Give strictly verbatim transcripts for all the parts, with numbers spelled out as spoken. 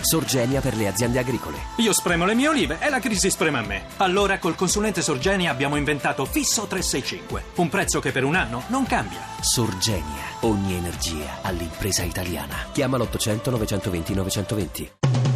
Sorgenia per le aziende agricole. Io spremo le mie olive e la crisi sprema me. Allora col consulente Sorgenia abbiamo inventato Fisso trecentosessantacinque, un prezzo che per un anno non cambia. Sorgenia, ogni energia all'impresa italiana. Chiama l'ottocento novecentoventi novecentoventi.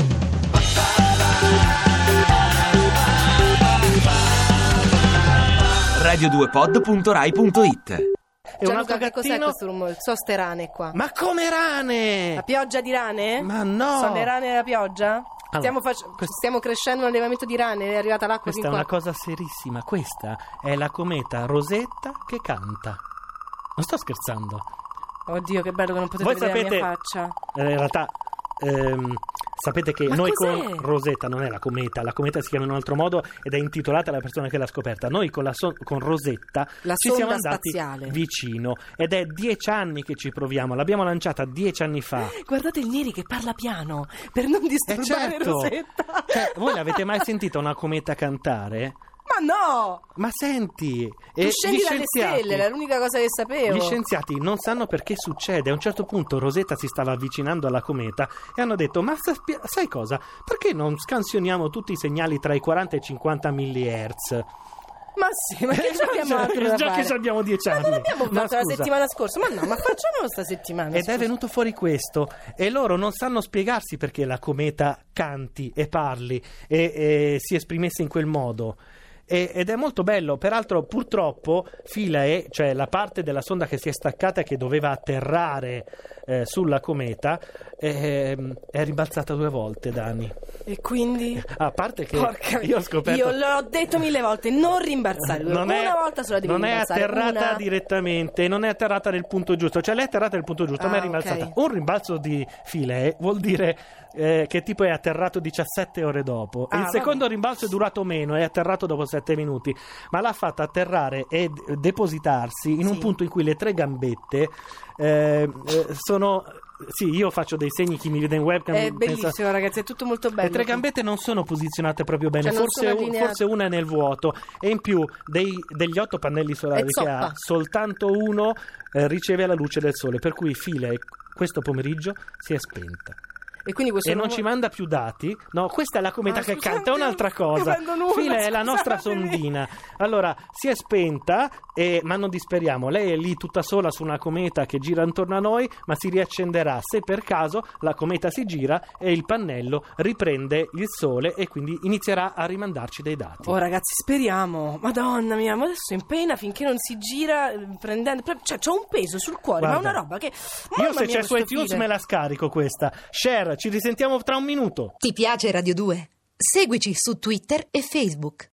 radio due pod punto rai punto it. E un altro gattino... Cos'è questo rumore? So ste rane qua. Ma come rane? La pioggia di rane? Ma no! Sono le rane della pioggia? Allora, stiamo, fac- questo... stiamo crescendo un allevamento di rane, è arrivata l'acqua Questa fin è qua. una cosa serissima. Questa è la cometa Rosetta che canta. Non sto scherzando. Oddio, che bello che non potete Voi vedere sapete, la mia faccia. In realtà ehm, sapete che Ma noi cos'è? con Rosetta, non è la cometa, la cometa si chiama in un altro modo ed è intitolata alla persona che l'ha scoperta. Noi con, la so- con Rosetta La ci siamo sonda andati spaziale. vicino ed è dieci anni che ci proviamo. L'abbiamo lanciata dieci anni fa. Guardate il Neri che parla piano per non disturbare Eh certo. Rosetta. Cioè, voi l'avete mai sentita una cometa cantare? Ma no! Ma senti, Tu scendi dalle stelle, era l'unica cosa che sapevo. Gli scienziati non sanno perché succede. A un certo punto Rosetta si stava avvicinando alla cometa e hanno detto: ma sappi- sai cosa? Perché non scansioniamo tutti i segnali tra i quaranta e i cinquanta millihertz? Ma sì, ma che ci abbiamo altro da Già fare? che ci abbiamo dieci Ma anni. non l'abbiamo Ma fatto la scusa. settimana scorsa. Ma no, ma facciamolo sta settimana. Ed scusa. è venuto fuori questo e loro non sanno spiegarsi perché la cometa canti e parli e, e si esprimesse in quel modo. E, ed è molto bello. Peraltro purtroppo Philae, cioè la parte della sonda che si è staccata e che doveva atterrare eh, sulla cometa, eh, è rimbalzata due volte, Dani. E quindi? A parte che Porca io ho scoperto, io l'ho detto mille volte, non rimbalzare. non una è, volta sola devi non è rimbalzare. atterrata una... direttamente, non è atterrata nel punto giusto, cioè lei è atterrata nel punto giusto, Ah, ma è rimbalzata. ok. Un rimbalzo di Philae vuol dire eh, che tipo è atterrato diciassette ore dopo. Ah, Il secondo vabbè. rimbalzo è durato meno, è atterrato dopo sette minuti, ma l'ha fatta atterrare e d- depositarsi in un Sì. punto in cui le tre gambette eh, eh, sono... Sì, io faccio dei segni, chi mi vede in webcam È pensa- bellissimo, ragazzi, è tutto molto bello. le tre gambette non sono posizionate proprio bene, Cioè, non forse, sono un- allineate. forse una è nel vuoto e in più dei- degli otto pannelli solari È che zoppa. ha, soltanto uno eh, riceve la luce del sole, per cui Philae questo pomeriggio si è spenta. E quindi questo E non nuovo- ci manda più dati. No, questa è la cometa Ah, che scusate, canta, è un'altra cosa. io prendo nulla, Philae è la nostra scusatemi. sondina. Allora, si è spenta, e, ma non disperiamo. Lei è lì tutta sola su una cometa che gira intorno a noi, ma si riaccenderà se per caso la cometa si gira e il pannello riprende il sole e quindi inizierà a rimandarci dei dati. Oh ragazzi, speriamo. Madonna mia, ma adesso in pena finché non si gira eh, prendendo, cioè c'ho un peso sul cuore, Guarda, ma una roba che Io Mamma se mia, c'è su questo iTunes file. me la scarico questa. Share, ci risentiamo tra un minuto. Ti piace Radio due? Seguici su Twitter e Facebook.